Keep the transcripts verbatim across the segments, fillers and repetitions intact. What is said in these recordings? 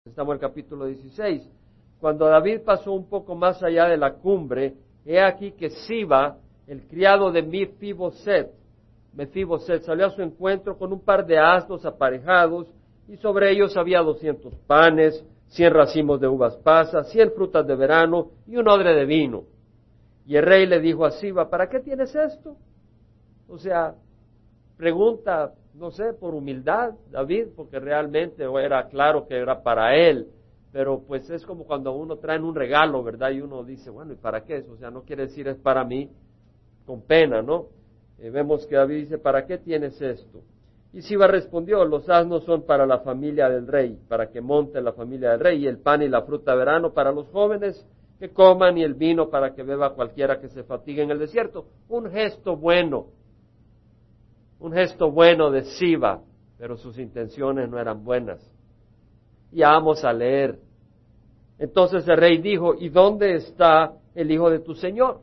Estamos en el capítulo dieciséis. Cuando David pasó un poco más allá de la cumbre, he aquí que Siba, el criado de Mefiboset, Mefiboset salió a su encuentro con un par de asnos aparejados, y sobre ellos había doscientos panes, cien racimos de uvas pasas, cien frutas de verano y un odre de vino. Y el rey le dijo a Siba, ¿para qué tienes esto? O sea, pregunta, no sé, por humildad, David, porque realmente era claro que era para él, pero pues es como cuando uno trae un regalo, ¿verdad? Y uno dice, bueno, ¿y para qué es? O sea, no quiere decir es para mí, con pena, ¿no? Eh, vemos que David dice, ¿para qué tienes esto? Y Siba respondió, los asnos son para la familia del rey, para que monte la familia del rey, y el pan y la fruta de verano para los jóvenes que coman, y el vino para que beba cualquiera que se fatigue en el desierto. Un gesto bueno, un gesto bueno de Siba, pero sus intenciones no eran buenas. Y vamos a leer. Entonces el rey dijo, ¿y dónde está el hijo de tu señor?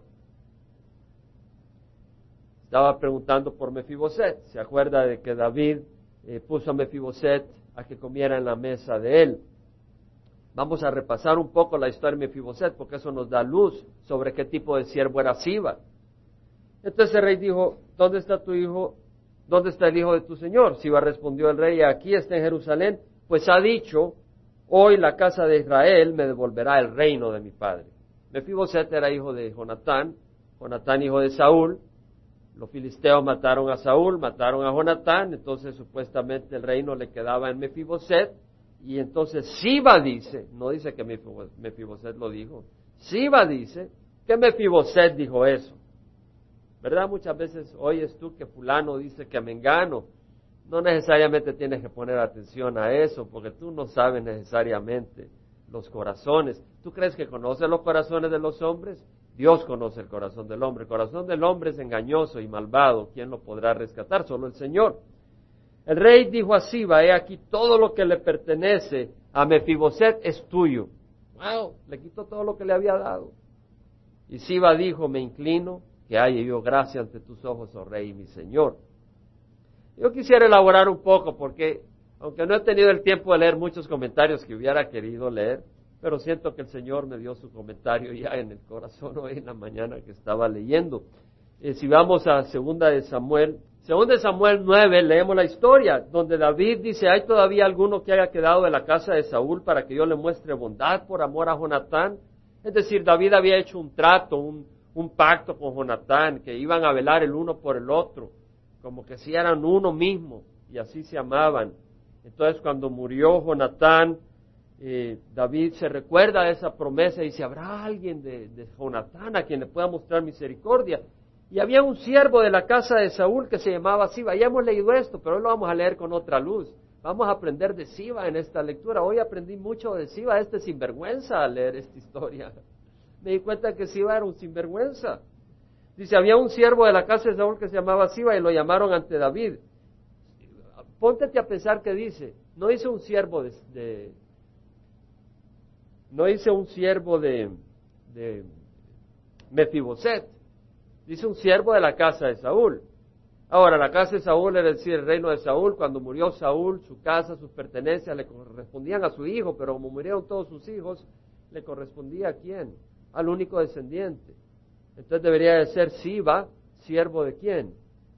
Estaba preguntando por Mefiboset. Se acuerda de que David eh, puso a Mefiboset a que comiera en la mesa de él. Vamos a repasar un poco la historia de Mefiboset, porque eso nos da luz sobre qué tipo de siervo era Siba. Entonces el rey dijo, ¿dónde está tu hijo? ¿Dónde está el hijo de tu señor? Siba respondió el rey, aquí está en Jerusalén, pues ha dicho, hoy la casa de Israel me devolverá el reino de mi padre. Mefiboset era hijo de Jonatán, Jonatán hijo de Saúl. Los filisteos mataron a Saúl, mataron a Jonatán, entonces supuestamente el reino le quedaba en Mefiboset, y entonces Siba dice, no dice que Mefiboset lo dijo, Siba dice que Mefiboset dijo eso. ¿Verdad? Muchas veces oyes tú que fulano dice que mengano, no necesariamente tienes que poner atención a eso, porque tú no sabes necesariamente los corazones. ¿Tú crees que conoces los corazones de los hombres? Dios conoce el corazón del hombre. El corazón del hombre es engañoso y malvado. ¿Quién lo podrá rescatar? Solo el Señor. El rey dijo a Siba, he aquí todo lo que le pertenece a Mefiboset es tuyo. Wow, le quitó todo lo que le había dado. Y Siba dijo, me inclino, que haya yo gracia ante tus ojos, oh rey, mi Señor. Yo quisiera elaborar un poco, porque aunque no he tenido el tiempo de leer muchos comentarios que hubiera querido leer, pero siento que el Señor me dio su comentario ya en el corazón hoy en la mañana que estaba leyendo. Eh, si vamos a Segunda de Samuel, Segunda de Samuel nueve, leemos la historia, donde David dice, ¿hay todavía alguno que haya quedado de la casa de Saúl para que yo le muestre bondad por amor a Jonatán? Es decir, David había hecho un trato, un, un pacto con Jonatán, que iban a velar el uno por el otro, como que si eran uno mismo, y así se amaban. Entonces cuando murió Jonatán, Eh, David se recuerda de esa promesa y dice, ¿habrá alguien de, de Jonatán a quien le pueda mostrar misericordia? Y había un siervo de la casa de Saúl que se llamaba Siba. Ya hemos leído esto, pero hoy lo vamos a leer con otra luz. Vamos a aprender de Siba en esta lectura. Hoy aprendí mucho de Siba, este sinvergüenza, al leer esta historia. Me di cuenta que Siba era un sinvergüenza. Dice, había un siervo de la casa de Saúl que se llamaba Siba y lo llamaron ante David. Póntete a pensar que dice, no dice un siervo de... de No dice un siervo de, de Mefiboset, dice un siervo de la casa de Saúl. Ahora, la casa de Saúl era decir el reino de Saúl. Cuando murió Saúl, su casa, sus pertenencias le correspondían a su hijo, pero como murieron todos sus hijos, le correspondía a quién? Al único descendiente. Entonces debería de ser Siba, siervo de quién?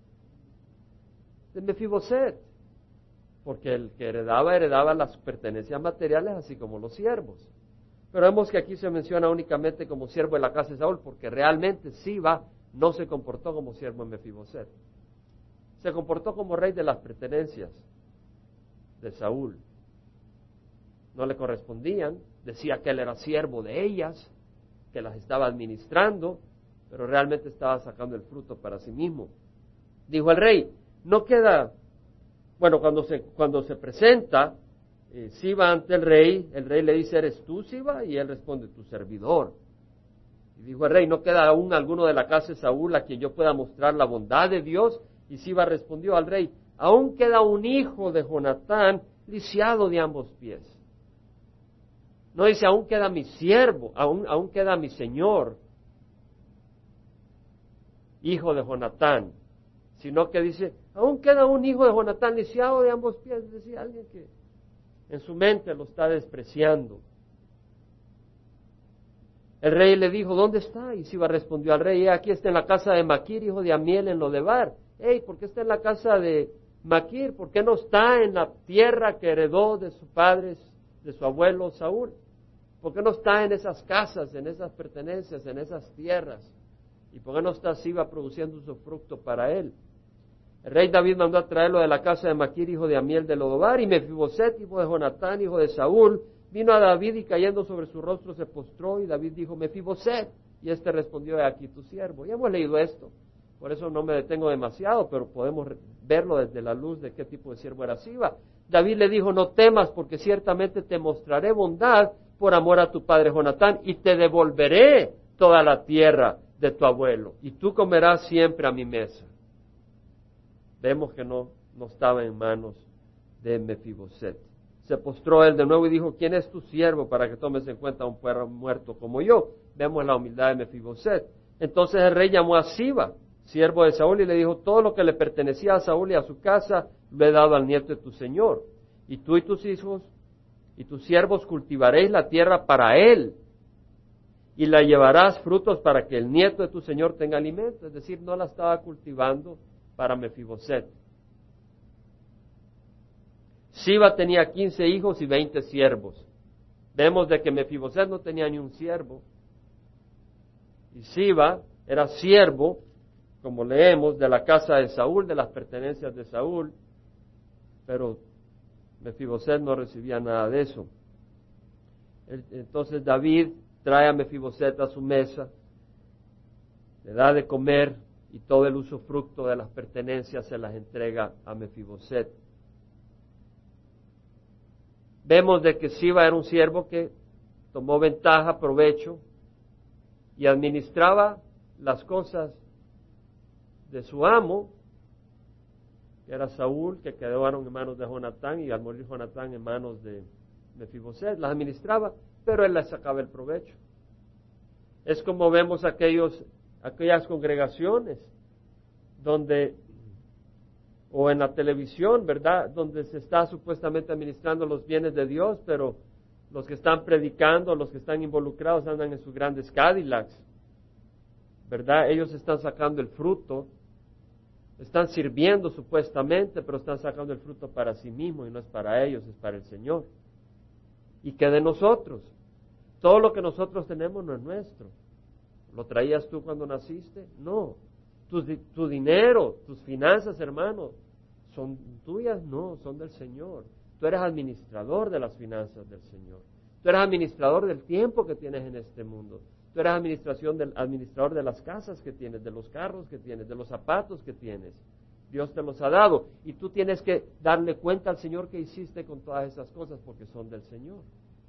De Mefiboset, porque el que heredaba, heredaba las pertenencias materiales, así como los siervos. Pero vemos que aquí se menciona únicamente como siervo de la casa de Saúl, porque realmente Siba no se comportó como siervo de Mefiboset. Se comportó como rey de las pertenencias de Saúl. No le correspondían, decía que él era siervo de ellas, que las estaba administrando, pero realmente estaba sacando el fruto para sí mismo. Dijo el rey, no queda, bueno, cuando se, cuando se presenta, Eh, Siba ante el rey, el rey le dice, ¿eres tú, Siba? Y él responde, tu servidor. Y dijo el rey, ¿no queda aún alguno de la casa de Saúl a quien yo pueda mostrar la bondad de Dios? Y Siba respondió al rey, aún queda un hijo de Jonatán lisiado de ambos pies. No dice, aún queda mi siervo, aún, aún queda mi señor, hijo de Jonatán, sino que dice, aún queda un hijo de Jonatán lisiado de ambos pies. Es decir, alguien que En su mente lo está despreciando. El rey le dijo, ¿dónde está? Y Siba respondió al rey, aquí está en la casa de Maquir, hijo de Amiel, en Lodebar. Hey, ¿por qué está en la casa de Maquir? ¿Por qué no está en la tierra que heredó de su padre, de su abuelo Saúl? ¿Por qué no está en esas casas, en esas pertenencias, en esas tierras? ¿Y por qué no está Siba produciendo su fruto para él? El rey David mandó a traerlo de la casa de Maquir, hijo de Amiel de Lodebar, y Mefiboset, hijo de Jonatán, hijo de Saúl, vino a David y cayendo sobre su rostro se postró, y David dijo, Mefiboset, y este respondió, he aquí tu siervo. Ya hemos leído esto, por eso no me detengo demasiado, pero podemos verlo desde la luz de qué tipo de siervo era Siba. David le dijo, no temas, porque ciertamente te mostraré bondad por amor a tu padre Jonatán, y te devolveré toda la tierra de tu abuelo, y tú comerás siempre a mi mesa. Vemos que no, no estaba en manos de Mefiboset. Se postró él de nuevo y dijo, ¿quién es tu siervo para que tomes en cuenta a un perro muerto como yo? Vemos la humildad de Mefiboset. Entonces el rey llamó a Siba, siervo de Saúl, y le dijo, todo lo que le pertenecía a Saúl y a su casa lo he dado al nieto de tu señor. Y tú y tus hijos y tus siervos cultivaréis la tierra para él, y la llevarás frutos para que el nieto de tu señor tenga alimento. Es decir, no la estaba cultivando para Mefiboset. Siba tenía quince hijos y veinte siervos. Vemos de que Mefiboset no tenía ni un siervo. Y Siba era siervo, como leemos, de la casa de Saúl, de las pertenencias de Saúl, pero Mefiboset no recibía nada de eso. Entonces David trae a Mefiboset a su mesa, le da de comer y todo el usufructo de las pertenencias se las entrega a Mefiboset. Vemos de que Siba era un siervo que tomó ventaja, provecho y administraba las cosas de su amo, que era Saúl, que quedaron en manos de Jonatán, y al morir Jonatán en manos de Mefiboset, las administraba, pero él les sacaba el provecho. Es como vemos aquellos, aquellas congregaciones donde, o en la televisión, ¿verdad?, donde se está supuestamente administrando los bienes de Dios, pero los que están predicando, los que están involucrados andan en sus grandes Cadillacs, ¿verdad? Ellos están sacando el fruto, están sirviendo supuestamente, pero están sacando el fruto para sí mismos y no es para ellos, es para el Señor. ¿Y qué de nosotros? Todo lo que nosotros tenemos no es nuestro. ¿Lo traías tú cuando naciste? No. Tu, tu dinero, tus finanzas, hermano, ¿son tuyas? No, son del Señor. Tú eres administrador de las finanzas del Señor. Tú eres administrador del tiempo que tienes en este mundo. Tú eres administración del, administrador de las casas que tienes, de los carros que tienes, de los zapatos que tienes. Dios te los ha dado. Y tú tienes que darle cuenta al Señor que hiciste con todas esas cosas porque son del Señor.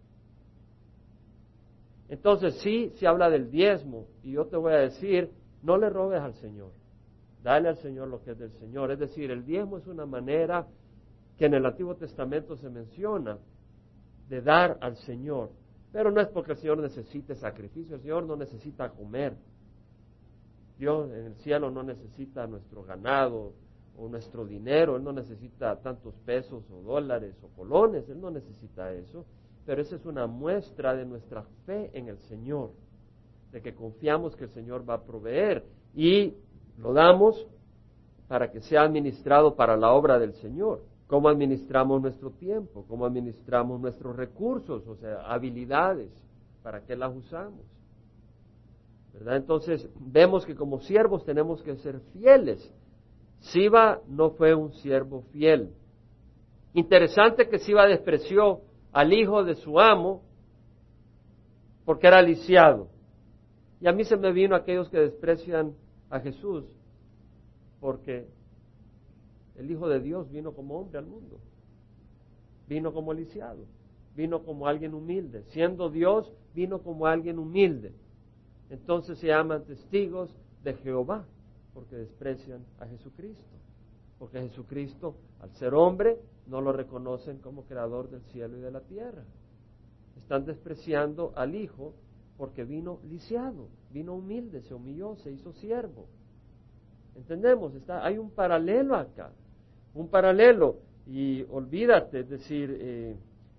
Entonces sí, se habla del diezmo. Y yo te voy a decir, no le robes al Señor. Dale al Señor lo que es del Señor. Es decir, el diezmo es una manera que en el Antiguo Testamento se menciona de dar al Señor. Pero no es porque el Señor necesite sacrificio, el Señor no necesita comer. Dios en el cielo no necesita nuestro ganado o nuestro dinero, Él no necesita tantos pesos o dólares o colones, Él no necesita eso. Pero esa es una muestra de nuestra fe en el Señor, de que confiamos que el Señor va a proveer y lo damos para que sea administrado para la obra del Señor. Cómo administramos nuestro tiempo, cómo administramos nuestros recursos, o sea, habilidades, para qué las usamos, ¿verdad? Entonces, vemos que como siervos tenemos que ser fieles. Siba no fue un siervo fiel. Interesante que Siba despreció al hijo de su amo porque era lisiado. Y a mí se me vino aquellos que desprecian a Jesús porque el Hijo de Dios vino como hombre al mundo, vino como lisiado, vino como alguien humilde, siendo Dios, vino como alguien humilde. Entonces se llaman testigos de Jehová, porque desprecian a Jesucristo, porque Jesucristo, al ser hombre, no lo reconocen como creador del cielo y de la tierra. Están despreciando al Hijo porque vino lisiado, vino humilde, se humilló, se hizo siervo. ¿Entendemos? Está, hay un paralelo acá. Un paralelo, y olvídate, es decir, eh,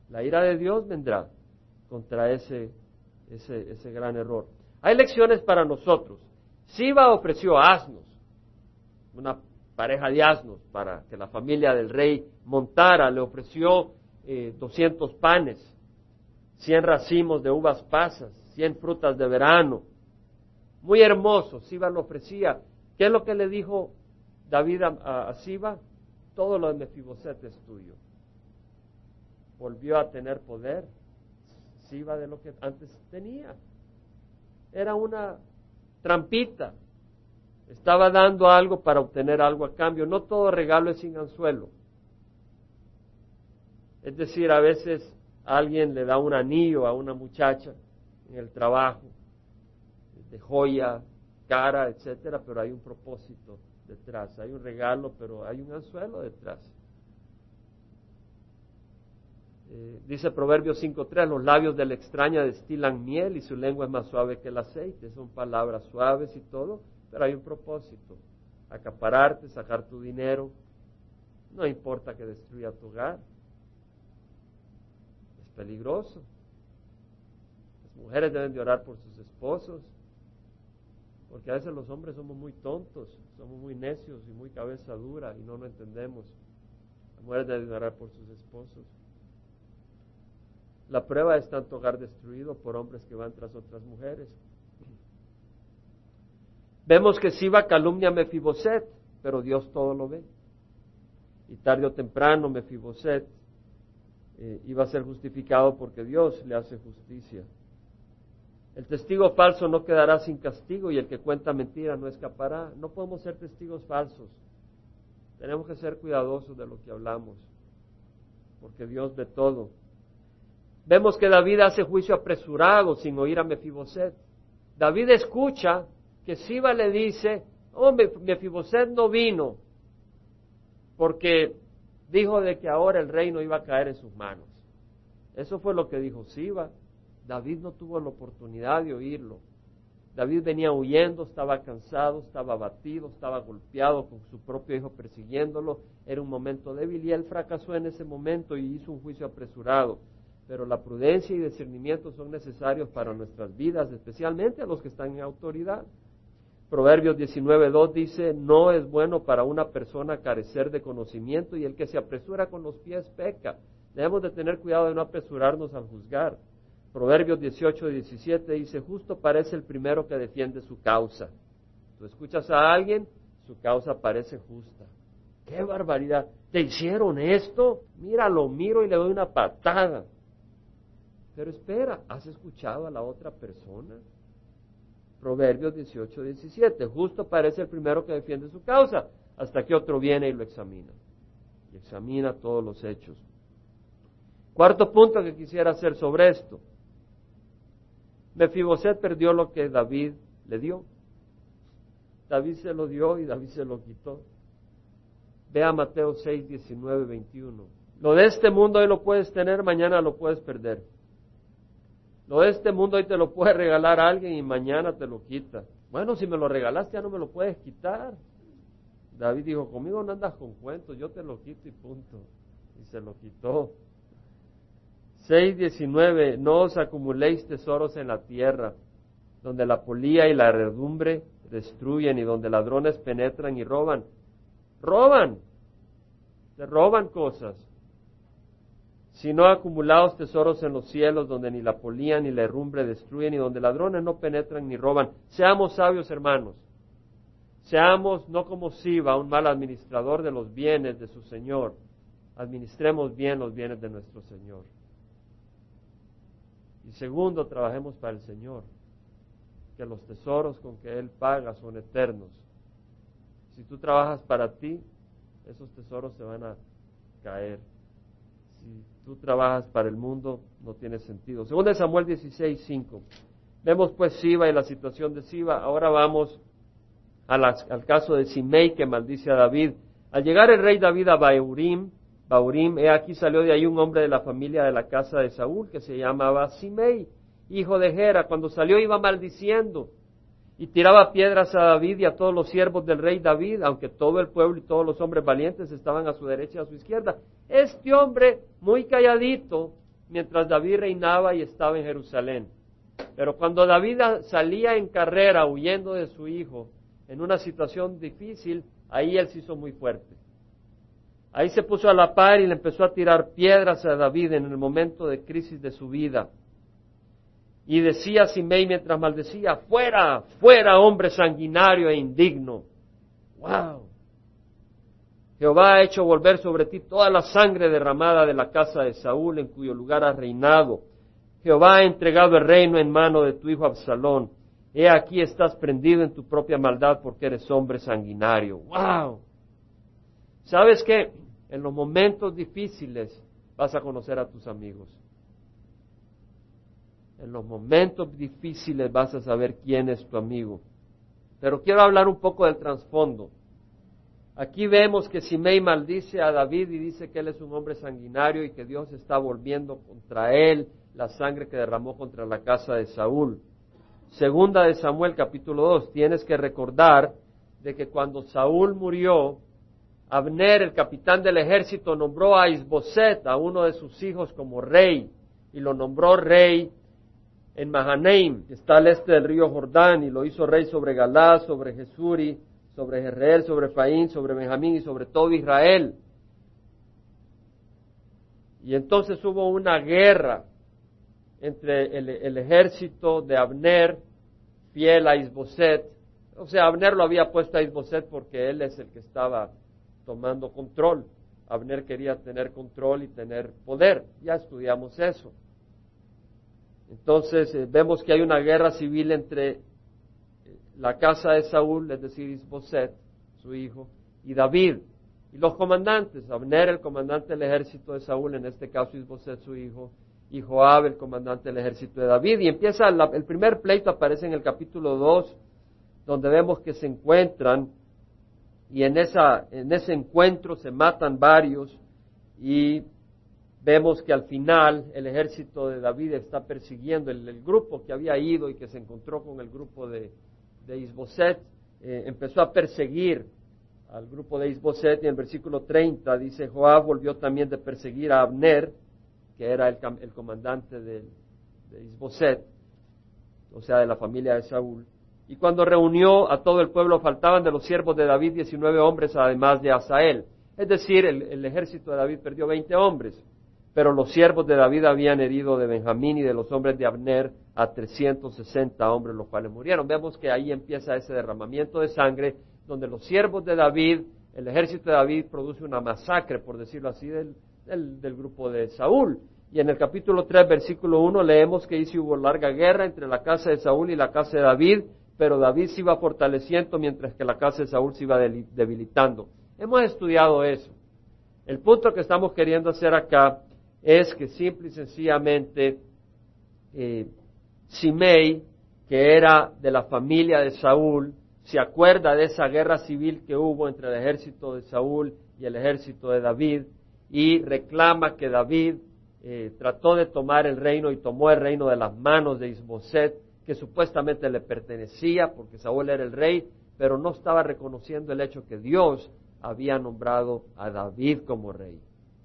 La ira de Dios vendrá contra ese, ese, ese gran error. Hay lecciones para nosotros. Siba ofreció asnos, una pareja de asnos para que la familia del rey montara, le ofreció eh, doscientos panes, cien racimos de uvas pasas, cien frutas de verano. Muy hermoso, Siba lo ofrecía. ¿Qué es lo que le dijo David a, a, a Siba? Todo lo de Mefiboset es tuyo. Volvió a tener poder Siba de lo que antes tenía. Era una trampita. Estaba dando algo para obtener algo a cambio. No todo regalo es sin anzuelo. Es decir, a veces alguien le da un anillo a una muchacha en el trabajo, de joya, cara, etcétera, pero hay un propósito detrás. Hay un regalo, pero hay un anzuelo detrás. Eh, dice Proverbios cinco tres, los labios de la extraña destilan miel y su lengua es más suave que el aceite. Son palabras suaves y todo, pero hay un propósito. Acapararte, sacar tu dinero. No importa que destruya tu hogar. Es peligroso. Las mujeres deben de orar por sus esposos, porque a veces los hombres somos muy tontos, somos muy necios y muy cabeza dura y no lo entendemos. Las mujeres deben de orar por sus esposos. La prueba es tanto hogar destruido por hombres que van tras otras mujeres. Vemos que Siba calumnia a Mefiboset, pero Dios todo lo ve. Y tarde o temprano Mefiboset eh, iba a ser justificado porque Dios le hace justicia. El testigo falso no quedará sin castigo y el que cuenta mentira no escapará. No podemos ser testigos falsos. Tenemos que ser cuidadosos de lo que hablamos, porque Dios ve todo. Vemos que David hace juicio apresurado sin oír a Mefiboset. David escucha que Siba le dice, oh, Mefiboset no vino, porque dijo de que ahora el reino iba a caer en sus manos. Eso fue lo que dijo Siba. David no tuvo la oportunidad de oírlo. David venía huyendo, estaba cansado, estaba abatido, estaba golpeado con su propio hijo persiguiéndolo. Era un momento débil y él fracasó en ese momento y hizo un juicio apresurado. Pero la prudencia y discernimiento son necesarios para nuestras vidas, especialmente a los que están en autoridad. Proverbios diecinueve dos dice, no es bueno para una persona carecer de conocimiento y el que se apresura con los pies peca. Debemos de tener cuidado de no apresurarnos al juzgar. Proverbios dieciocho diecisiete dice, justo parece el primero que defiende su causa. Tú escuchas a alguien, su causa parece justa. ¡Qué barbaridad! ¿Te hicieron esto? Mira, lo miro y le doy una patada. Pero espera, ¿has escuchado a la otra persona? Proverbios dieciocho diecisiete, justo parece el primero que defiende su causa, hasta que otro viene y lo examina. Y examina todos los hechos. Cuarto punto que quisiera hacer sobre esto. Mefiboset perdió lo que David le dio. David se lo dio y David se lo quitó. Vea Mateo seis, diecinueve, veintiuno. Lo de este mundo hoy lo puedes tener, mañana lo puedes perder. Lo de este mundo hoy te lo puede regalar a alguien y mañana te lo quita. Bueno, si me lo regalaste ya no me lo puedes quitar. David dijo, conmigo no andas con cuentos, yo te lo quito y punto. Y se lo quitó. seis diecinueve, no os acumuléis tesoros en la tierra, donde la polía y la herrumbre destruyen y donde ladrones penetran y roban. Roban, te roban cosas. Sino acumulados tesoros en los cielos, donde ni la polía ni la herrumbre destruyen y donde ladrones no penetran ni roban. Seamos sabios, hermanos. Seamos no como Siba, un mal administrador de los bienes de su Señor. Administremos bien los bienes de nuestro Señor. Y segundo, trabajemos para el Señor, que los tesoros con que Él paga son eternos. Si tú trabajas para ti, esos tesoros se van a caer. Si tú trabajas para el mundo, no tiene sentido. Según Samuel dieciséis, cinco. Vemos pues Siba y la situación de Siba. Ahora vamos a las, al caso de Simei, que maldice a David. Al llegar el rey David a Baurim, Baurim, he aquí salió de ahí un hombre de la familia de la casa de Saúl, que se llamaba Simei, hijo de Gera. Cuando salió iba maldiciendo y tiraba piedras a David y a todos los siervos del rey David, aunque todo el pueblo y todos los hombres valientes estaban a su derecha y a su izquierda. Este hombre, muy calladito, mientras David reinaba y estaba en Jerusalén. Pero cuando David salía en carrera huyendo de su hijo en una situación difícil, ahí él se hizo muy fuerte. Ahí se puso a la par y le empezó a tirar piedras a David en el momento de crisis de su vida. Y decía Simei mientras maldecía, fuera, fuera hombre sanguinario e indigno. ¡Wow! Jehová ha hecho volver sobre ti toda la sangre derramada de la casa de Saúl, en cuyo lugar has reinado. Jehová ha entregado el reino en mano de tu hijo Absalón. He aquí estás prendido en tu propia maldad porque eres hombre sanguinario. ¡Wow! ¿Sabes qué? En los momentos difíciles vas a conocer a tus amigos. En los momentos difíciles vas a saber quién es tu amigo. Pero quiero hablar un poco del trasfondo. Aquí vemos que Simei maldice a David y dice que él es un hombre sanguinario y que Dios está volviendo contra él la sangre que derramó contra la casa de Saúl. Segunda de Samuel, capítulo dos, tienes que recordar de que cuando Saúl murió, Abner, el capitán del ejército, nombró a Isboset, a uno de sus hijos, como rey, y lo nombró rey en Mahanaim, que está al este del río Jordán, y lo hizo rey sobre Galad, sobre Jesuri, sobre Jezreel, sobre Efraín, sobre Benjamín y sobre todo Israel. Y entonces hubo una guerra entre el, el ejército de Abner, fiel a Isboset. O sea, Abner lo había puesto a Isboset porque él es el que estaba tomando control. Abner quería tener control y tener poder. Ya estudiamos eso. Entonces eh, vemos que hay una guerra civil entre la casa de Saúl, es decir, Isboset, su hijo, y David. Y los comandantes, Abner, el comandante del ejército de Saúl, en este caso Isboset, su hijo, y Joab, el comandante del ejército de David. Y empieza, la, el primer pleito aparece en el capítulo dos, donde vemos que se encuentran, y en, esa, en ese encuentro se matan varios, y vemos que al final el ejército de David está persiguiendo, el, el grupo que había ido y que se encontró con el grupo de, de Isboset, eh, empezó a perseguir al grupo de Isboset, y en el versículo treinta dice, Joab volvió también de perseguir a Abner, que era el, el comandante de, de Isboset, o sea, de la familia de Saúl. Y cuando reunió a todo el pueblo, faltaban de los siervos de David diecinueve hombres, además de Asael. Es decir, el, el ejército de David perdió veinte hombres, pero los siervos de David habían herido de Benjamín y de los hombres de Abner a trescientos sesenta hombres, los cuales murieron. Vemos que ahí empieza ese derramamiento de sangre, donde los siervos de David, el ejército de David produce una masacre, por decirlo así, del, del, del grupo de Saúl. Y en el capítulo tres, versículo uno, leemos que dice, hubo larga guerra entre la casa de Saúl y la casa de David, pero David se iba fortaleciendo mientras que la casa de Saúl se iba debilitando. Hemos estudiado eso. El punto que estamos queriendo hacer acá es que simple y sencillamente eh, Simei, que era de la familia de Saúl, se acuerda de esa guerra civil que hubo entre el ejército de Saúl y el ejército de David, y reclama que David eh, trató de tomar el reino y tomó el reino de las manos de Isboset, que supuestamente le pertenecía porque Saúl era el rey, pero no estaba reconociendo el hecho que Dios había nombrado a David como rey.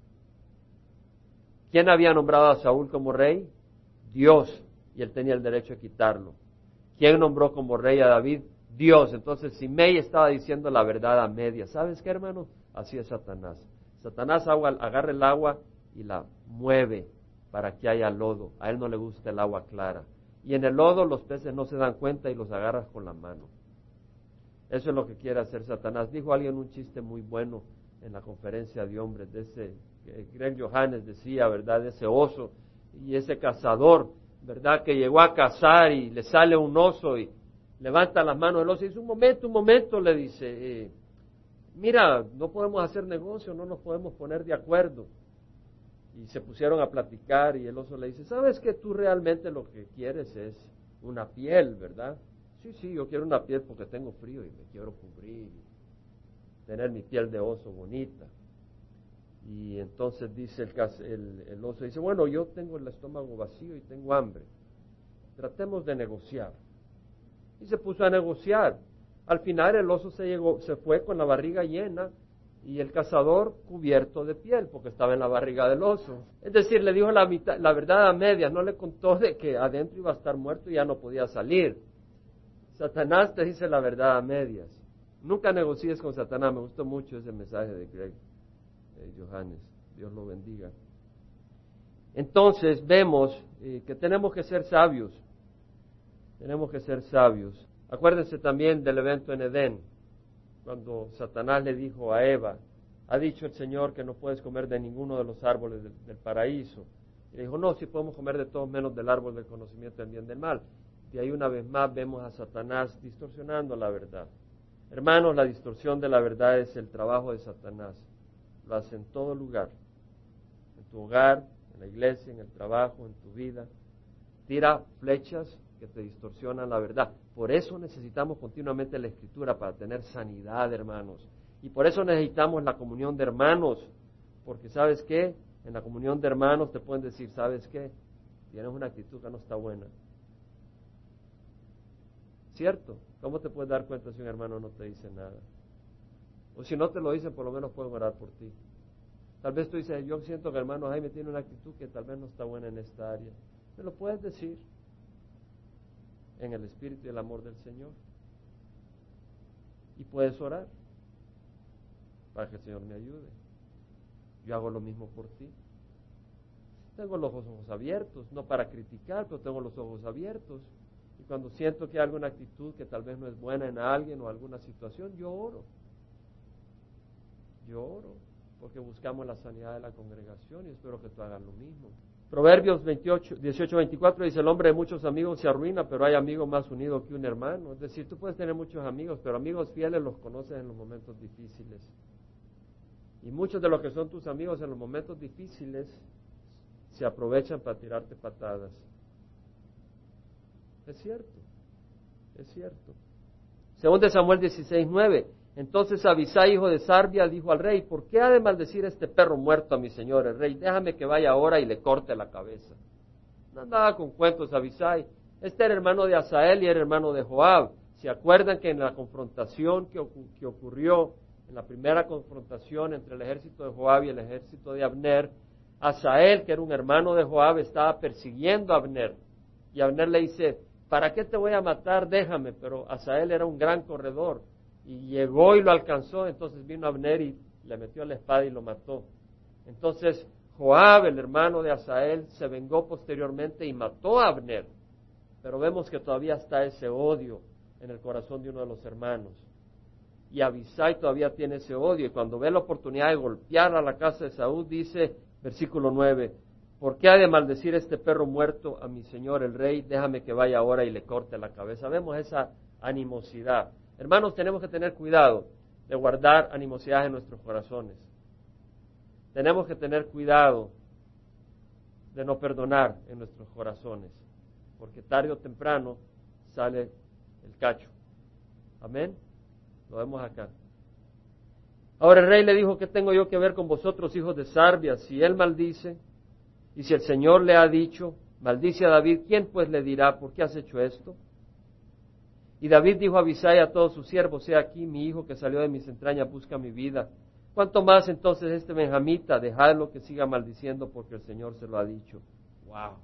¿Quién había nombrado a Saúl como rey? Dios, y él tenía el derecho de quitarlo. ¿Quién nombró como rey a David? Dios. Entonces Simei estaba diciendo la verdad a media. ¿Sabes qué, hermano? Así es Satanás. Satanás agua, agarra el agua y la mueve para que haya lodo. A él no le gusta el agua clara. Y en el lodo los peces no se dan cuenta y los agarras con la mano. Eso es lo que quiere hacer Satanás. Dijo alguien un chiste muy bueno en la conferencia de hombres, de ese, eh, Greg Johannes decía, ¿verdad?, de ese oso y ese cazador, ¿verdad?, que llegó a cazar y le sale un oso y levanta las manos del oso y dice, un momento, un momento, le dice, eh, mira, no podemos hacer negocio, no nos podemos poner de acuerdo. Y se pusieron a platicar y el oso le dice, ¿sabes que tú realmente lo que quieres es una piel, verdad? Sí, sí, yo quiero una piel porque tengo frío y me quiero cubrir, tener mi piel de oso bonita. Y entonces dice el, el, el oso, dice, bueno, yo tengo el estómago vacío y tengo hambre, tratemos de negociar. Y se puso a negociar. Al final el oso se, llegó, se fue con la barriga llena y el cazador cubierto de piel, porque estaba en la barriga del oso. Es decir, le dijo la, mitad, la verdad a medias, no le contó de que adentro iba a estar muerto y ya no podía salir. Satanás te dice la verdad a medias. Nunca negocies con Satanás. Me gustó mucho ese mensaje de Greg eh, Johannes. Dios lo bendiga. Entonces vemos eh, que tenemos que ser sabios. Tenemos que ser sabios. Acuérdense también del evento en Edén, cuando Satanás le dijo a Eva, ha dicho el Señor que no puedes comer de ninguno de los árboles del, del paraíso. Y le dijo, no, sí podemos comer de todos menos del árbol del conocimiento del bien y del mal. Y ahí una vez más vemos a Satanás distorsionando la verdad. Hermanos, la distorsión de la verdad es el trabajo de Satanás. Lo hace en todo lugar, en tu hogar, en la iglesia, en el trabajo, en tu vida. Tira flechas que te distorsionan la verdad. Por eso necesitamos continuamente la Escritura para tener sanidad, hermanos. Y por eso necesitamos la comunión de hermanos. Porque ¿sabes qué? En la comunión de hermanos te pueden decir, ¿sabes qué? Tienes una actitud que no está buena. ¿Cierto? ¿Cómo te puedes dar cuenta si un hermano no te dice nada? O si no te lo dicen, por lo menos pueden orar por ti. Tal vez tú dices, yo siento que el hermano Jaime tiene una actitud que tal vez no está buena en esta área. Me lo puedes decir en el espíritu y el amor del Señor. Y puedes orar para que el Señor me ayude. Yo hago lo mismo por ti. Tengo los ojos abiertos, no para criticar, pero tengo los ojos abiertos. Y cuando siento que hay alguna actitud que tal vez no es buena en alguien o alguna situación, yo oro. Yo oro, porque buscamos la sanidad de la congregación y espero que tú hagas lo mismo. Proverbios veintiocho, dieciocho, veinticuatro dice, el hombre de muchos amigos se arruina, pero hay amigo más unido que un hermano. Es decir, tú puedes tener muchos amigos, pero amigos fieles los conoces en los momentos difíciles. Y muchos de los que son tus amigos en los momentos difíciles se aprovechan para tirarte patadas. Es cierto, es cierto. Según de Samuel dieciséis, nueve, entonces Abisai, hijo de Sarbia, dijo al rey, ¿por qué ha de maldecir este perro muerto a mi señor el rey? Déjame que vaya ahora y le corte la cabeza. No andaba con cuentos Abisai. Este era hermano de Asael y era hermano de Joab. ¿Se acuerdan que en la confrontación que, ocu- que ocurrió, en la primera confrontación entre el ejército de Joab y el ejército de Abner, Asael, que era un hermano de Joab, estaba persiguiendo a Abner. Y Abner le dice, ¿para qué te voy a matar? Déjame. Pero Asael era un gran corredor y llegó y lo alcanzó. Entonces vino Abner y le metió la espada y lo mató. Entonces Joab, el hermano de Asael, se vengó posteriormente y mató a Abner. Pero vemos que todavía está ese odio en el corazón de uno de los hermanos. Y Abisai todavía tiene ese odio. Y cuando ve la oportunidad de golpear a la casa de Saúl, dice, versículo nueve, ¿por qué ha de maldecir este perro muerto a mi señor el rey? Déjame que vaya ahora y le corte la cabeza. Vemos esa animosidad. Hermanos, tenemos que tener cuidado de guardar animosidad en nuestros corazones. Tenemos que tener cuidado de no perdonar en nuestros corazones, porque tarde o temprano sale el cacho. Amén. Lo vemos acá. Ahora el rey le dijo, ¿qué tengo yo que ver con vosotros, hijos de Sarbia? Si él maldice, y si el Señor le ha dicho, maldice a David, ¿quién pues le dirá, por qué has hecho esto? Y David dijo a Abisai a todos sus siervos, he aquí mi hijo que salió de mis entrañas busca mi vida. ¿Cuánto más entonces este benjamita? Dejadlo que siga maldiciendo porque el Señor se lo ha dicho. ¡Wow!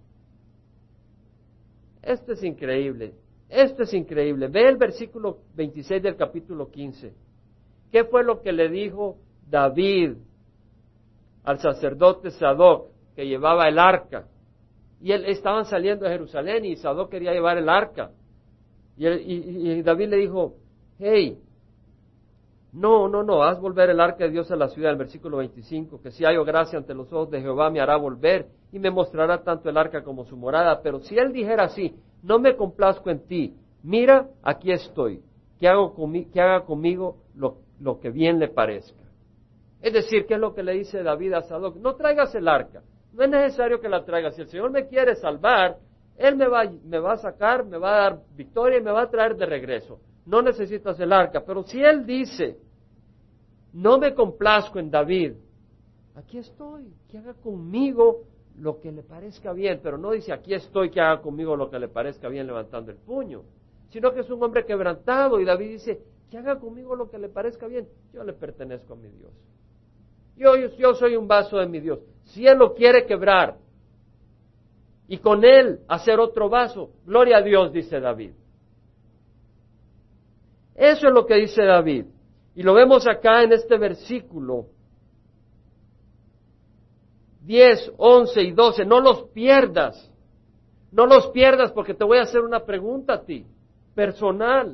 Esto es increíble. Esto es increíble. Ve el versículo veintiséis del capítulo quince. ¿Qué fue lo que le dijo David al sacerdote Sadoc, que llevaba el arca? Y él, estaban saliendo de Jerusalén y Sadoc quería llevar el arca. Y, él, y, y David le dijo, hey, no, no, no, haz volver el arca de Dios a la ciudad, el versículo veinticinco, que si hallo gracia ante los ojos de Jehová me hará volver y me mostrará tanto el arca como su morada. Pero si él dijera así, no me complazco en ti, mira, aquí estoy, que, hago comi- que haga conmigo lo, lo que bien le parezca. Es decir, ¿qué es lo que le dice David a Sadoc? No traigas el arca, no es necesario que la traigas. Si el Señor me quiere salvar, Él me va, me va a sacar, me va a dar victoria y me va a traer de regreso. No necesitas el arca. Pero si Él dice, no me complazco en David, aquí estoy, que haga conmigo lo que le parezca bien. Pero no dice, aquí estoy, que haga conmigo lo que le parezca bien levantando el puño. Sino que es un hombre quebrantado. Y David dice, que haga conmigo lo que le parezca bien. Yo le pertenezco a mi Dios. Yo, yo, yo soy un vaso de mi Dios. Si Él lo quiere quebrar y con Él hacer otro vaso, gloria a Dios, dice David. Eso es lo que dice David. Y lo vemos acá en este versículo diez, once y doce. No los pierdas. No los pierdas porque te voy a hacer una pregunta a ti, personal.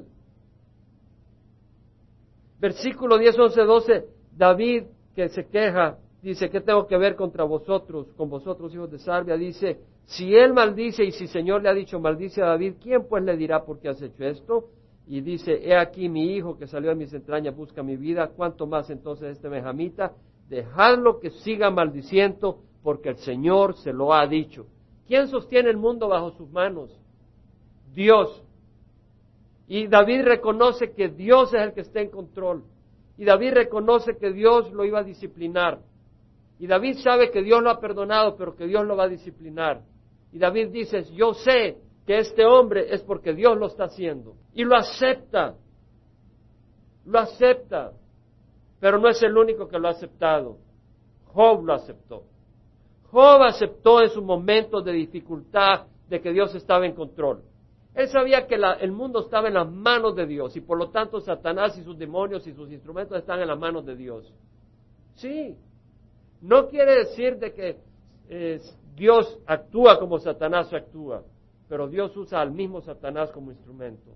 Versículo diez, once, doce, David, que se queja, dice, ¿qué tengo que ver contra vosotros, con vosotros, hijos de Sarbia? Dice, si él maldice y si el Señor le ha dicho maldice a David, ¿quién pues le dirá por qué has hecho esto? Y dice, he aquí mi hijo que salió de mis entrañas busca mi vida, ¿cuánto más entonces este benjamita? Dejadlo que siga maldiciendo porque el Señor se lo ha dicho. ¿Quién sostiene el mundo bajo sus manos? Dios. Y David reconoce que Dios es el que está en control. Y David reconoce que Dios lo iba a disciplinar. Y David sabe que Dios lo ha perdonado, pero que Dios lo va a disciplinar. Y David dice, yo sé que este hombre es porque Dios lo está haciendo. Y lo acepta. Lo acepta. Pero no es el único que lo ha aceptado. Job lo aceptó. Job aceptó en sus momentos de dificultad de que Dios estaba en control. Él sabía que la, el mundo estaba en las manos de Dios y por lo tanto Satanás y sus demonios y sus instrumentos están en las manos de Dios. Sí, no quiere decir de que eh, Dios actúa como Satanás actúa, pero Dios usa al mismo Satanás como instrumento.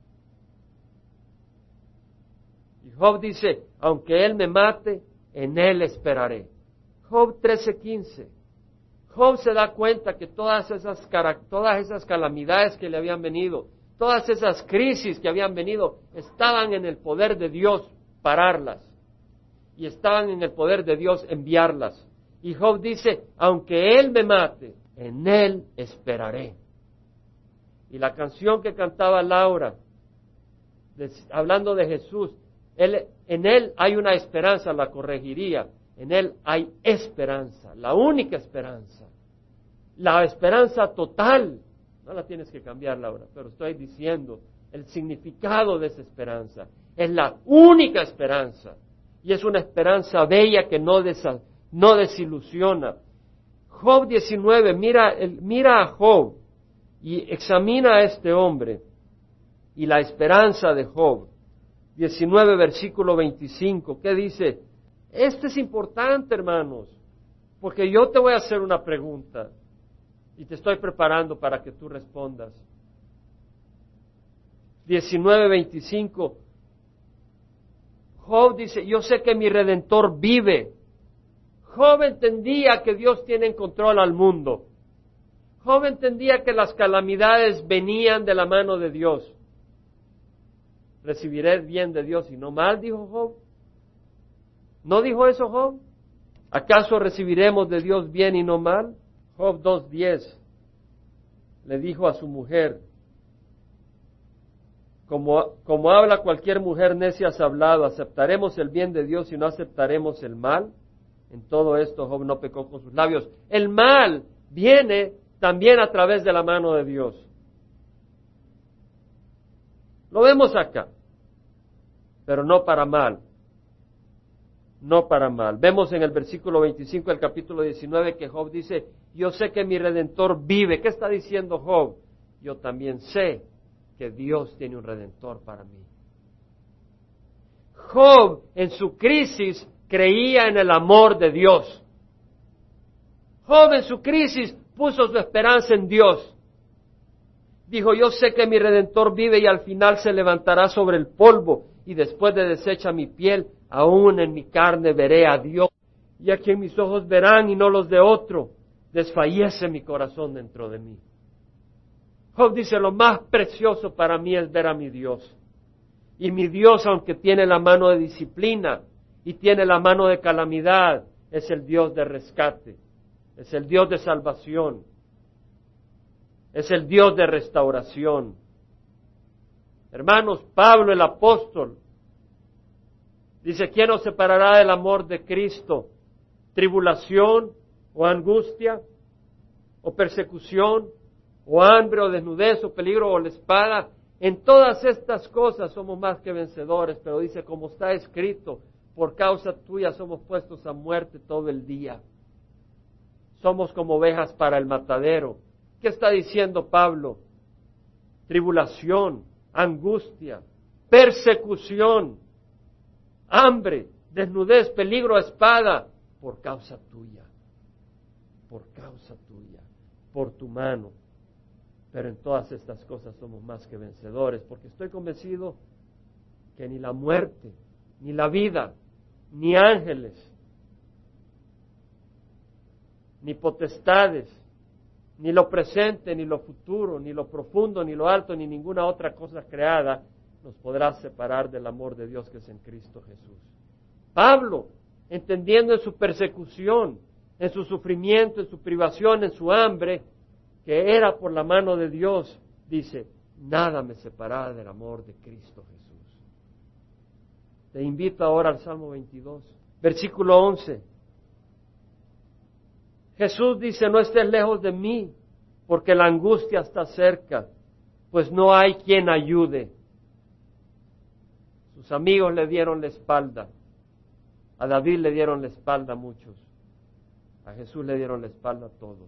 Y Job dice, aunque él me mate, en él esperaré. Job trece quince. Job se da cuenta que todas esas, todas esas calamidades que le habían venido, todas esas crisis que habían venido, estaban en el poder de Dios pararlas. Y estaban en el poder de Dios enviarlas. Y Job dice, aunque Él me mate, en Él esperaré. Y la canción que cantaba Laura, de, hablando de Jesús, él, en Él hay una esperanza, la corregiría. En Él hay esperanza, la única esperanza, la esperanza total. No la tienes que cambiar, Laura, pero estoy diciendo el significado de esa esperanza. Es la única esperanza y es una esperanza bella que no, desa, no desilusiona. Job diecinueve, mira, el, mira a Job y examina a este hombre y la esperanza de Job. diecinueve, versículo veinticinco, ¿qué dice? Esto es importante, hermanos, porque yo te voy a hacer una pregunta y te estoy preparando para que tú respondas. diecinueve veinticinco. Job dice, yo sé que mi Redentor vive. Job entendía que Dios tiene en control al mundo. Job entendía que las calamidades venían de la mano de Dios. Recibiré el bien de Dios y no mal, dijo Job. ¿No dijo eso Job? ¿Acaso recibiremos de Dios bien y no mal? Job dos diez le dijo a su mujer, como, como habla cualquier mujer necia has hablado, ¿aceptaremos el bien de Dios y no aceptaremos el mal? En todo esto Job no pecó con sus labios. El mal viene también a través de la mano de Dios. Lo vemos acá, pero no para mal. No para mal. Vemos en el versículo veinticinco del capítulo diecinueve que Job dice, yo sé que mi Redentor vive. ¿Qué está diciendo Job? Yo también sé que Dios tiene un Redentor para mí. Job en su crisis creía en el amor de Dios. Job en su crisis puso su esperanza en Dios. Dijo, yo sé que mi Redentor vive y al final se levantará sobre el polvo y después de deshecha mi piel, aún en mi carne veré a Dios, y a quien mis ojos verán y no los de otro, desfallece mi corazón dentro de mí. Job dice, lo más precioso para mí es ver a mi Dios. Y mi Dios, aunque tiene la mano de disciplina y tiene la mano de calamidad, es el Dios de rescate, es el Dios de salvación, es el Dios de restauración. Hermanos, Pablo el apóstol dice, ¿quién nos separará del amor de Cristo? ¿Tribulación o angustia o persecución o hambre o desnudez o peligro o la espada? En todas estas cosas somos más que vencedores, pero dice, como está escrito, por causa tuya somos puestos a muerte todo el día. Somos como ovejas para el matadero. ¿Qué está diciendo Pablo? Tribulación, angustia, persecución, hambre, desnudez, peligro, espada, por causa tuya, por causa tuya, por tu mano. Pero en todas estas cosas somos más que vencedores, porque estoy convencido que ni la muerte, ni la vida, ni ángeles, ni potestades, ni lo presente, ni lo futuro, ni lo profundo, ni lo alto, ni ninguna otra cosa creada nos podrá separar del amor de Dios que es en Cristo Jesús. Pablo, entendiendo en su persecución, en su sufrimiento, en su privación, en su hambre, que era por la mano de Dios, dice, nada me separará del amor de Cristo Jesús. Te invito ahora al Salmo veintidós, versículo once. Jesús dice, no estés lejos de mí, porque la angustia está cerca, pues no hay quien ayude. Sus amigos le dieron la espalda, a David le dieron la espalda a muchos, a Jesús le dieron la espalda a todos.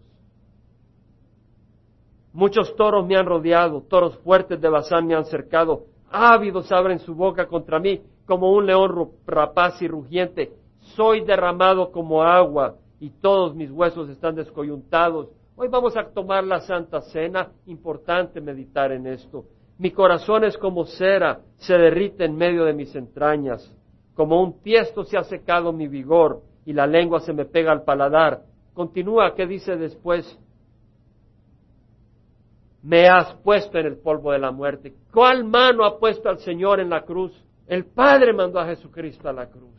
Muchos toros me han rodeado, toros fuertes de Basán me han cercado, ávidos abren su boca contra mí, como un león rapaz y rugiente. Soy derramado como agua, y todos mis huesos están descoyuntados. Hoy vamos a tomar la Santa Cena, importante meditar en esto. Mi corazón es como cera, se derrite en medio de mis entrañas. Como un tiesto se ha secado mi vigor, y la lengua se me pega al paladar. Continúa, ¿qué dice después? Me has puesto en el polvo de la muerte. ¿Cuál mano ha puesto al Señor en la cruz? El Padre mandó a Jesucristo a la cruz.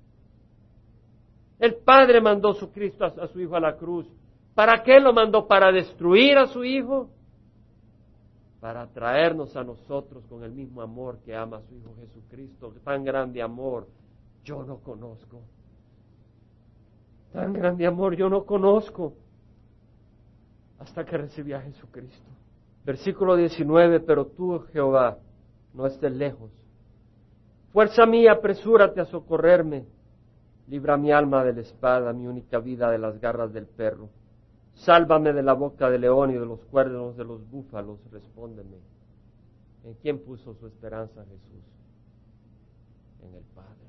El Padre mandó a su Cristo a, a su Hijo a la cruz. ¿Para qué lo mandó? ¿Para destruir a su Hijo? Para traernos a nosotros con el mismo amor que ama a su Hijo Jesucristo. Tan grande amor yo no conozco. Tan grande amor yo no conozco. Hasta que recibí a Jesucristo. Versículo diecinueve, pero tú, Jehová, no estés lejos. Fuerza mía, apresúrate a socorrerme. Libra mi alma de la espada, mi única vida de las garras del perro. Sálvame de la boca del león y de los cuernos de los búfalos, respóndeme. ¿En quién puso su esperanza Jesús? En el Padre.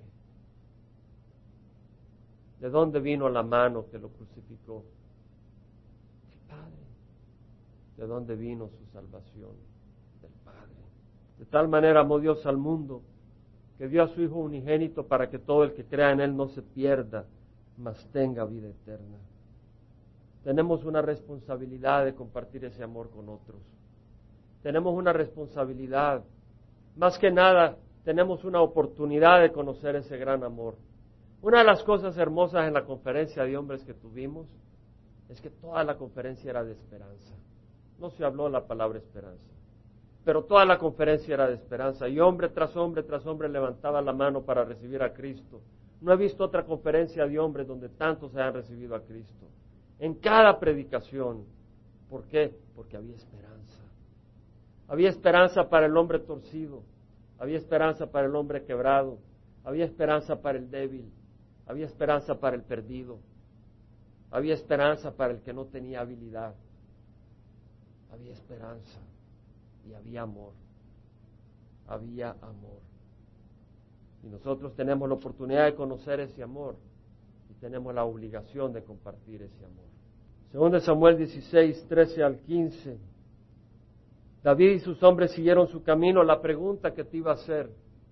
¿De dónde vino la mano que lo crucificó? El Padre. ¿De dónde vino su salvación? Del Padre. De tal manera amó Dios al mundo, que dio a su Hijo unigénito para que todo el que crea en Él no se pierda, mas tenga vida eterna. Tenemos una responsabilidad de compartir ese amor con otros. Tenemos una responsabilidad. Más que nada, tenemos una oportunidad de conocer ese gran amor. Una de las cosas hermosas en la conferencia de hombres que tuvimos es que toda la conferencia era de esperanza. No se habló la palabra esperanza, pero toda la conferencia era de esperanza, y hombre tras hombre tras hombre levantaba la mano para recibir a Cristo. No he visto otra conferencia de hombres donde tantos hayan recibido a Cristo. En cada predicación. ¿Por qué? Porque había esperanza. Había esperanza para el hombre torcido, había esperanza para el hombre quebrado, había esperanza para el débil, había esperanza para el perdido, había esperanza para el que no tenía habilidad. Había esperanza y había amor. Había amor. Y nosotros tenemos la oportunidad de conocer ese amor y tenemos la obligación de compartir ese amor. Segundo Samuel dieciséis, trece al quince. David y sus hombres siguieron su camino. La pregunta que te iba a hacer,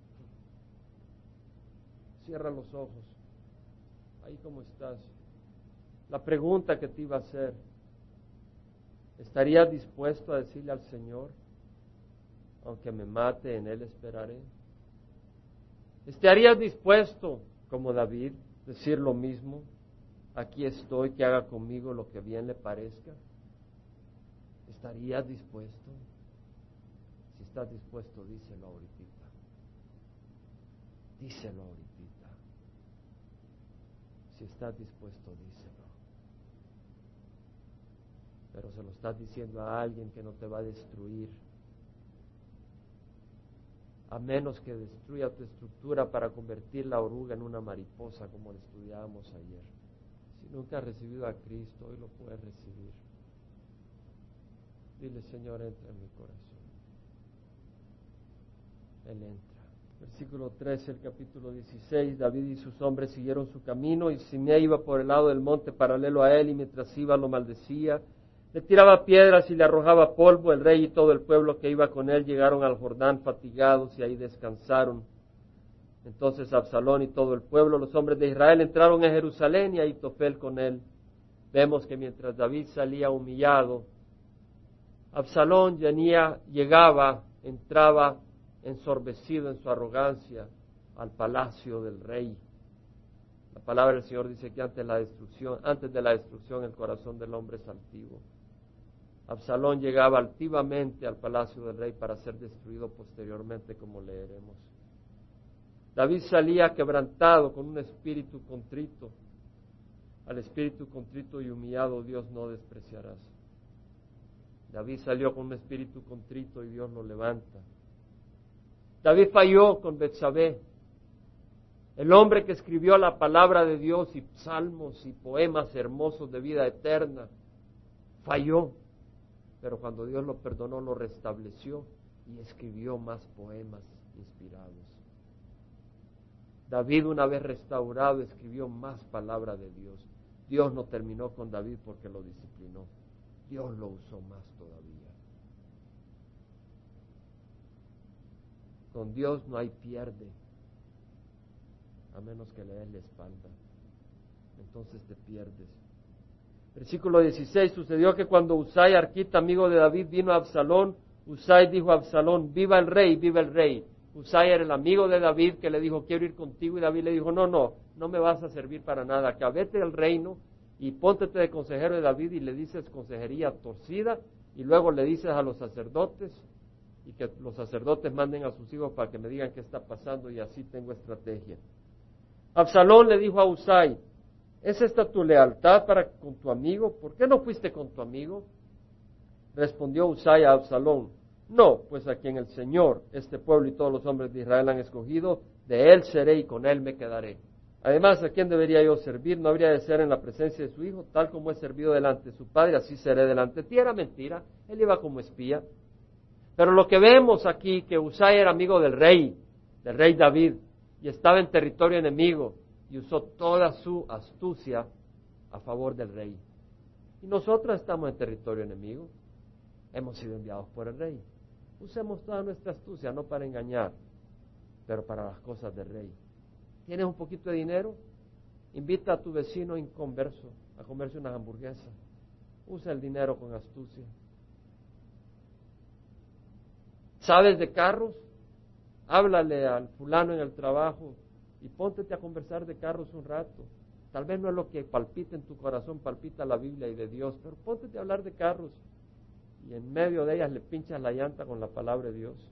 cierra los ojos, ahí como estás. La pregunta que te iba a hacer, ¿estarías dispuesto a decirle al Señor, aunque me mate, en Él esperaré? ¿Estarías dispuesto, como David, decir lo mismo? Aquí estoy, que haga conmigo lo que bien le parezca. ¿Estarías dispuesto? Si estás dispuesto, díselo ahorita. Díselo ahorita. Si estás dispuesto, díselo. Pero se lo estás diciendo a alguien que no te va a destruir, a menos que destruya tu estructura para convertir la oruga en una mariposa, como lo estudiábamos ayer. Si nunca has recibido a Cristo, hoy lo puedes recibir. Dile, Señor, entra en mi corazón. Él entra. Versículo trece, el capítulo dieciséis, David y sus hombres siguieron su camino, y Simea iba por el lado del monte paralelo a él, y mientras iba lo maldecía. Le tiraba piedras y le arrojaba polvo. El rey y todo el pueblo que iba con él llegaron al Jordán fatigados y ahí descansaron. Entonces Absalón y todo el pueblo, los hombres de Israel, entraron a Jerusalén y Ahitofel con él. Vemos que mientras David salía humillado, Absalón venía, llegaba, entraba ensorbecido en su arrogancia al palacio del rey. La palabra del Señor dice que antes de la destrucción, antes de la destrucción el corazón del hombre es altivo. Absalón llegaba altivamente al palacio del rey para ser destruido posteriormente, como leeremos. David salía quebrantado con un espíritu contrito. Al espíritu contrito y humillado Dios no despreciarás. David salió con un espíritu contrito y Dios lo levanta. David falló con Betsabé, el hombre que escribió la palabra de Dios y salmos y poemas hermosos de vida eterna. Falló, pero cuando Dios lo perdonó, lo restableció y escribió más poemas inspirados. David, una vez restaurado, escribió más palabra de Dios. Dios no terminó con David porque lo disciplinó. Dios lo usó más todavía. Con Dios no hay pierde, a menos que le des la espalda. Entonces te pierdes. Versículo dieciséis, sucedió que cuando Usai, arquita, amigo de David, vino a Absalón, Usai dijo a Absalón, viva el rey, viva el rey. Usai era el amigo de David que le dijo, quiero ir contigo, y David le dijo, no, no, no me vas a servir para nada, acá vete al reino y póntete de consejero de David y le dices consejería torcida, y luego le dices a los sacerdotes, y que los sacerdotes manden a sus hijos para que me digan qué está pasando, y así tengo estrategia. Absalón le dijo a Usai, ¿es esta tu lealtad para con tu amigo? ¿Por qué no fuiste con tu amigo? Respondió Usai a Absalón, no, pues a quien el Señor, este pueblo y todos los hombres de Israel han escogido, de él seré y con él me quedaré. Además, ¿a quién debería yo servir? No habría de ser en la presencia de su hijo, tal como he servido delante de su padre, así seré delante de ti. Era mentira, él iba como espía. Pero lo que vemos aquí, que Usai era amigo del rey, del rey David, y estaba en territorio enemigo, y usó toda su astucia a favor del rey. Y nosotros estamos en territorio enemigo, hemos sido enviados por el rey. Usemos toda nuestra astucia, no para engañar, pero para las cosas del rey. ¿Tienes un poquito de dinero? Invita a tu vecino inconverso a comerse unas hamburguesas. Usa el dinero con astucia. ¿Sabes de carros? Háblale al fulano en el trabajo y póntete a conversar de carros un rato. Tal vez no es lo que palpita en tu corazón, palpita la Biblia y de Dios, pero póntete a hablar de carros y en medio de ellas le pinchas la llanta con la palabra de Dios.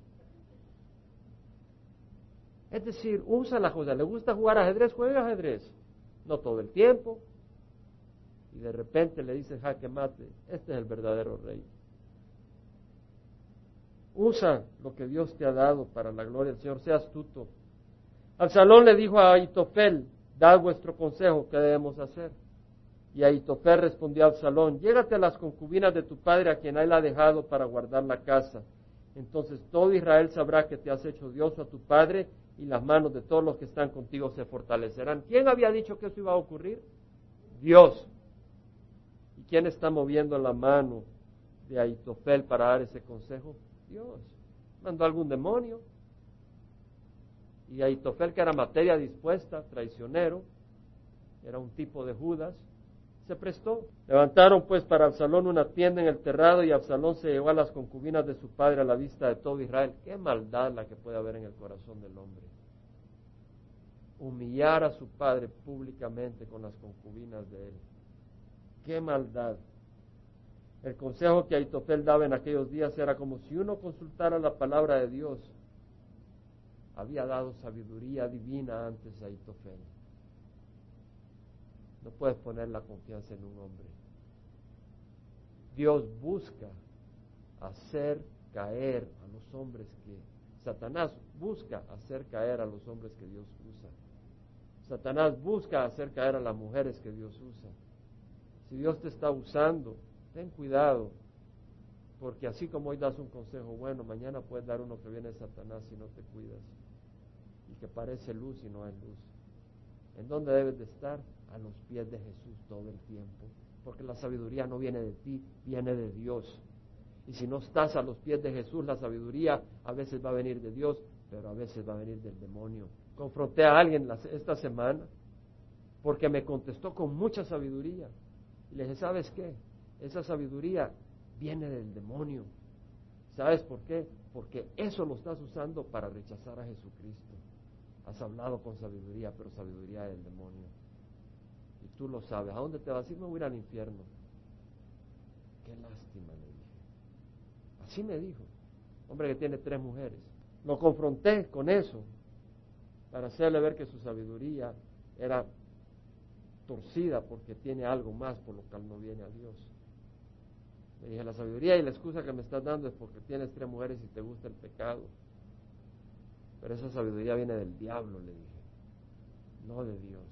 Es decir, usa la cosa. ¿Le gusta jugar ajedrez? Juega ajedrez. No todo el tiempo. Y de repente le dices jaque mate. Este es el verdadero rey. Usa lo que Dios te ha dado para la gloria del Señor. Sea astuto. Absalón le dijo a Ahitofel, dad vuestro consejo, ¿qué debemos hacer? Y Ahitofel respondió a Absalón, llégate a las concubinas de tu padre a quien él ha dejado para guardar la casa. Entonces todo Israel sabrá que te has hecho odioso a tu padre y las manos de todos los que están contigo se fortalecerán. ¿Quién había dicho que eso iba a ocurrir? Dios. ¿Y quién está moviendo la mano de Ahitofel para dar ese consejo? Dios. ¿Mandó algún demonio? Y Ahitofel, que era materia dispuesta, traicionero, era un tipo de Judas, se prestó. Levantaron pues para Absalón una tienda en el terrado y Absalón se llevó a las concubinas de su padre a la vista de todo Israel. Qué maldad la que puede haber en el corazón del hombre. Humillar a su padre públicamente con las concubinas de él. Qué maldad. El consejo que Ahitofel daba en aquellos días era como si uno consultara la palabra de Dios. Había dado sabiduría divina antes a Ahitofel. No puedes poner la confianza en un hombre. Dios busca hacer caer a los hombres que Satanás busca hacer caer a los hombres que Dios usa. Satanás busca hacer caer a las mujeres que Dios usa. Si Dios te está usando, ten cuidado, porque así como hoy das un consejo bueno, mañana puedes dar uno que viene de Satanás si no te cuidas, y que parece luz y no es luz. ¿En dónde debes de estar? A los pies de Jesús todo el tiempo, porque la sabiduría no viene de ti, viene de Dios. Y si no estás a los pies de Jesús, la sabiduría a veces va a venir de Dios, pero a veces va a venir del demonio. Confronté a alguien esta semana porque me contestó con mucha sabiduría. Y le dije, ¿sabes qué? Esa sabiduría viene del demonio. ¿Sabes por qué? Porque eso lo estás usando para rechazar a Jesucristo. Has hablado con sabiduría, pero sabiduría del demonio. Y tú lo sabes. ¿A dónde te vas? Sí, me voy a ir al infierno. Qué lástima, le dije. Así me dijo. Hombre que tiene tres mujeres. Lo confronté con eso para hacerle ver que su sabiduría era torcida porque tiene algo más por lo cual no viene a Dios. Le dije, la sabiduría y la excusa que me estás dando es porque tienes tres mujeres y te gusta el pecado. Pero esa sabiduría viene del diablo, le dije, no de Dios.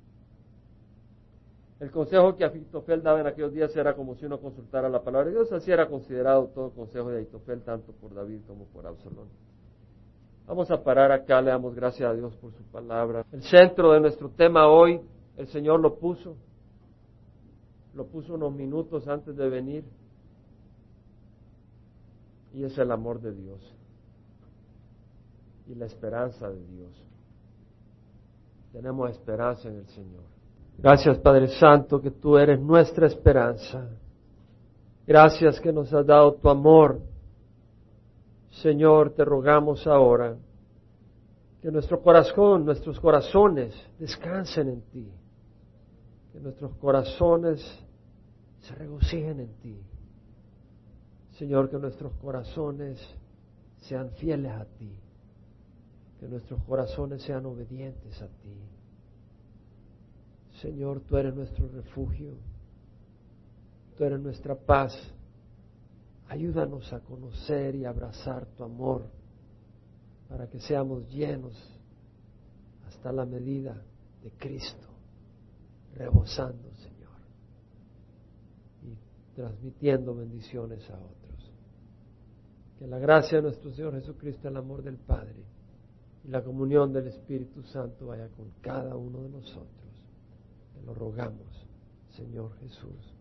El consejo que Ahitofel daba en aquellos días era como si uno consultara la palabra de Dios, así era considerado todo consejo de Ahitofel, tanto por David como por Absalón. Vamos a parar acá, le damos gracias a Dios por su palabra. El centro de nuestro tema hoy, el Señor lo puso, lo puso unos minutos antes de venir, y es el amor de Dios y la esperanza de Dios. Tenemos esperanza en el Señor. Gracias, Padre Santo, que tú eres nuestra esperanza. Gracias que nos has dado tu amor. Señor, te rogamos ahora que nuestro corazón, nuestros corazones descansen en ti, que nuestros corazones se regocijen en ti. Señor, que nuestros corazones sean fieles a ti, que nuestros corazones sean obedientes a ti. Señor, tú eres nuestro refugio, tú eres nuestra paz. Ayúdanos a conocer y abrazar tu amor para que seamos llenos hasta la medida de Cristo, rebosando, Señor, y transmitiendo bendiciones a otros. Que la gracia de nuestro Señor Jesucristo, el amor del Padre y la comunión del Espíritu Santo vaya con cada uno de nosotros. Te lo rogamos, Señor Jesús.